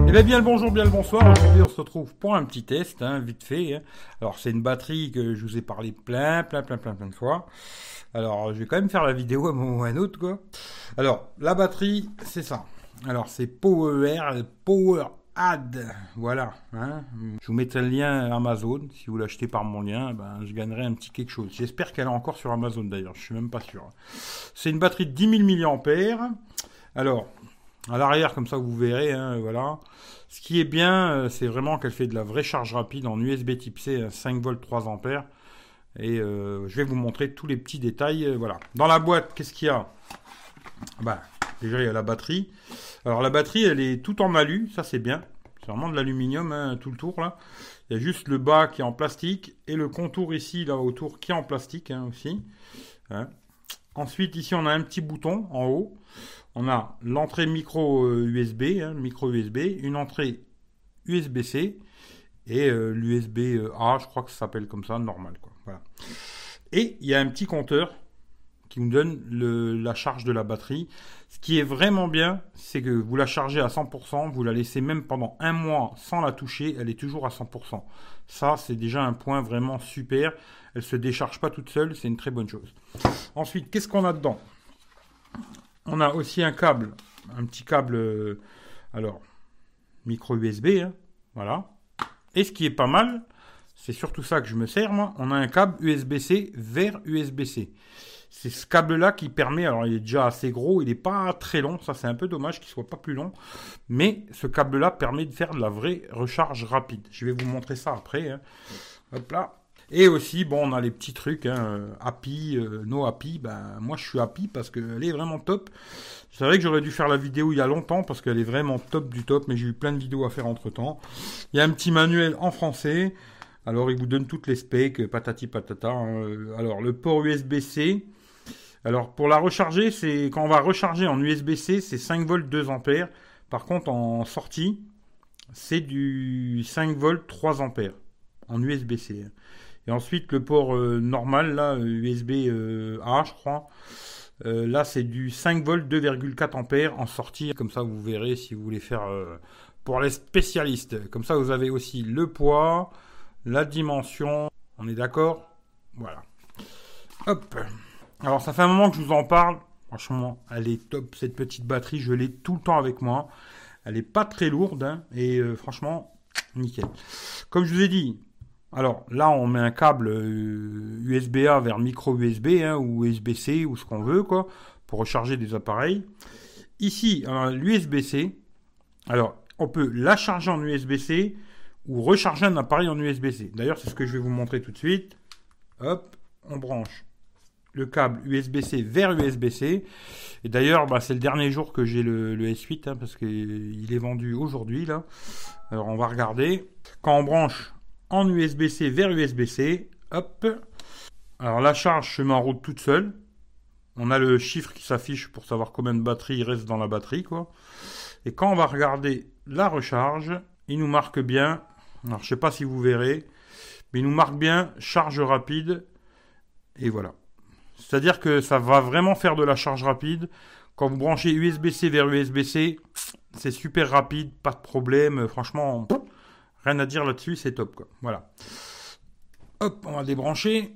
Eh bien le bonjour, bien le bonsoir. Aujourd'hui on se retrouve pour un petit test, vite fait. Alors c'est une batterie que je vous ai parlé plein de fois. Alors je vais quand même faire la vidéo à un moment ou à un autre, quoi. Alors la batterie c'est ça. Alors c'est PowerAd. Voilà. Je vous mettrai le lien Amazon. Si vous l'achetez par mon lien, je gagnerai un petit quelque chose. J'espère qu'elle est encore sur Amazon d'ailleurs. Je suis même pas sûr. C'est une batterie de 10 000 mAh. Alors à l'arrière, comme ça, vous verrez, voilà. Ce qui est bien, c'est vraiment qu'elle fait de la vraie charge rapide en USB type C, 5 volts 3 ampères. Et je vais vous montrer tous les petits détails, voilà. Dans la boîte, qu'est-ce qu'il y a ? Déjà, il y a la batterie. Alors, la batterie, elle est tout en alu, ça c'est bien. C'est vraiment de l'aluminium, tout le tour, là. Il y a juste le bas qui est en plastique et le contour ici, là, autour, qui est en plastique, aussi. Ensuite, ici, on a un petit bouton en haut. On a l'entrée micro USB, micro USB, une entrée USB-C et l'USB A, je crois que ça s'appelle comme ça, normal, quoi. Voilà. Et il y a un petit compteur qui nous donne la charge de la batterie. Ce qui est vraiment bien, c'est que vous la chargez à 100%, vous la laissez même pendant un mois sans la toucher, elle est toujours à 100%. Ça, c'est déjà un point vraiment super. Elle se décharge pas toute seule, c'est une très bonne chose. Ensuite, qu'est-ce qu'on a dedans ? On a aussi un câble, un petit câble, micro USB, voilà. Et ce qui est pas mal, c'est surtout ça que je me sers, moi, on a un câble USB-C vers USB-C. C'est ce câble-là qui permet, alors il est déjà assez gros, il n'est pas très long, ça c'est un peu dommage qu'il soit pas plus long, mais ce câble-là permet de faire de la vraie recharge rapide. Je vais vous montrer ça après, Hop là. Et aussi, on a les petits trucs, happy, no happy. Moi, je suis happy parce qu'elle est vraiment top. C'est vrai que j'aurais dû faire la vidéo il y a longtemps parce qu'elle est vraiment top du top, mais j'ai eu plein de vidéos à faire entre-temps. Il y a un petit manuel en français. Alors, il vous donne toutes les specs, patati patata. Alors, le port USB-C. Alors, pour la recharger, c'est quand on va recharger en USB-C, c'est 5 volts 2 ampères. Par contre, en sortie, c'est du 5 volts 3 ampères en USB-C. Et ensuite, le port normal, là, USB A, je crois. Là, c'est du 5 volts 2,4 ampères en sortie. Comme ça, vous verrez si vous voulez faire pour les spécialistes. Comme ça, vous avez aussi le poids, la dimension. On est d'accord ? Voilà. Hop. Alors, ça fait un moment que je vous en parle. Franchement, elle est top, cette petite batterie. Je l'ai tout le temps avec moi. Elle n'est pas très lourde. Et franchement, nickel. Comme je vous ai dit... Alors là, on met un câble USB-A vers micro USB ou USB-C ou ce qu'on veut, quoi, pour recharger des appareils. Ici, l'USB-C. Alors, on peut la charger en USB-C ou recharger un appareil en USB-C. D'ailleurs, c'est ce que je vais vous montrer tout de suite. Hop, on branche le câble USB-C vers USB-C. Et d'ailleurs, c'est le dernier jour que j'ai le S8 parce qu'il est vendu aujourd'hui là. Alors, on va regarder. Quand on branche en USB-C vers USB-C, hop. Alors la charge se met en route toute seule. On a le chiffre qui s'affiche pour savoir combien de batterie il reste dans la batterie, quoi. Et quand on va regarder la recharge, il nous marque bien, alors je sais pas si vous verrez, mais il nous marque bien charge rapide. Et voilà. C'est-à-dire que ça va vraiment faire de la charge rapide. Quand vous branchez USB-C vers USB-C, c'est super rapide, pas de problème. Franchement, rien à dire là-dessus, c'est top, quoi. Voilà. Hop, on va débrancher.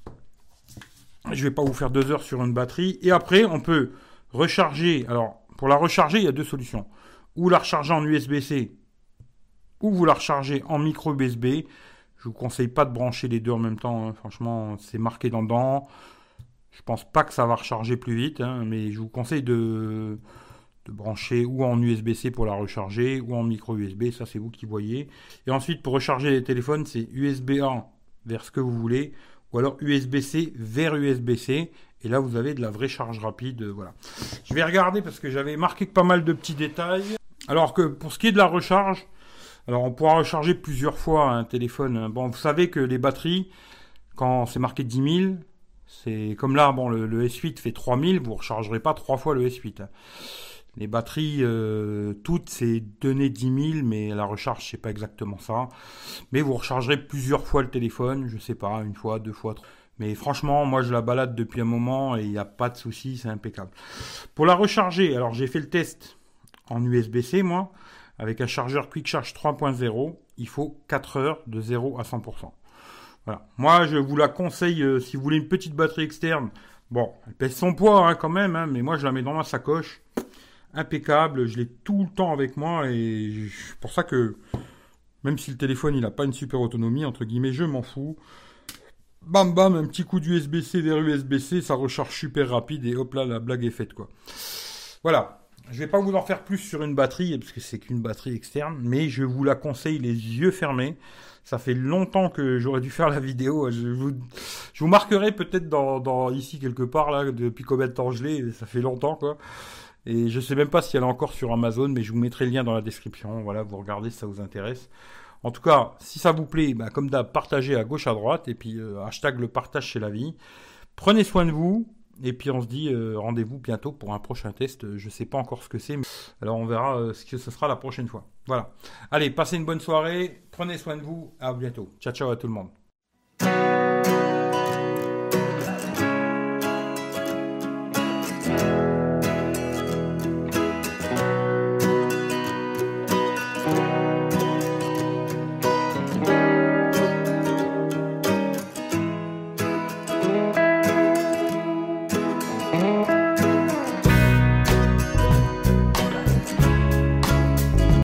Je vais pas vous faire 2 heures sur une batterie. Et après, on peut recharger. Alors, pour la recharger, il y a 2 solutions. Ou la recharger en USB-C, ou vous la rechargez en micro USB. Je vous conseille pas de brancher les deux en même temps. Franchement, c'est marqué dedans. Je pense pas que ça va recharger plus vite, mais je vous conseille de brancher ou en USB-C pour la recharger ou en micro USB, ça c'est vous qui voyez. Et ensuite pour recharger les téléphones, c'est USB-A vers ce que vous voulez ou alors USB-C vers USB-C et là vous avez de la vraie charge rapide, voilà. Je vais regarder parce que j'avais marqué pas mal de petits détails. Alors que pour ce qui est de la recharge, alors on pourra recharger plusieurs fois un téléphone. Bon, vous savez que les batteries, quand c'est marqué 10 000, c'est comme là, le S8 fait 3000, vous ne rechargerez pas 3 fois le S8. Les batteries, toutes, c'est donné 10 000, mais la recharge, c'est pas exactement ça. Mais vous rechargerez plusieurs fois le téléphone, je sais pas, 1 fois, 2 fois, 3. Mais franchement, moi, je la balade depuis un moment et il n'y a pas de souci, c'est impeccable. Pour la recharger, alors j'ai fait le test en USB-C, moi. avec un chargeur Quick Charge 3.0, il faut 4 heures de 0 à 100%. Voilà. Moi, je vous la conseille si vous voulez une petite batterie externe. Bon, elle pèse son poids quand même, mais moi je la mets dans ma sacoche. Impeccable, je l'ai tout le temps avec moi et c'est pour ça que même si le téléphone il n'a pas une super autonomie, entre guillemets, je m'en fous. Bam bam, un petit coup d'USB-C vers USB-C, ça recharge super rapide et hop là, la blague est faite quoi. Voilà. Je vais pas vous en faire plus sur une batterie, parce que c'est qu'une batterie externe, mais je vous la conseille les yeux fermés. Ça fait longtemps que j'aurais dû faire la vidéo. Je vous marquerai peut-être dans ici quelque part, là, depuis combien de temps je l'ai. Ça fait longtemps, quoi. Et je sais même pas si elle est encore sur Amazon, mais je vous mettrai le lien dans la description. Voilà, vous regardez si ça vous intéresse. En tout cas, si ça vous plaît, bah, comme d'hab, partagez à gauche, à droite, et puis hashtag le partage chez la vie. Prenez soin de vous. Et puis on se dit rendez-vous bientôt pour un prochain test. Je sais pas encore ce que c'est, mais alors on verra ce que ce sera la prochaine fois. Voilà. Allez, passez une bonne soirée, prenez soin de vous, à bientôt. Ciao ciao à tout le monde.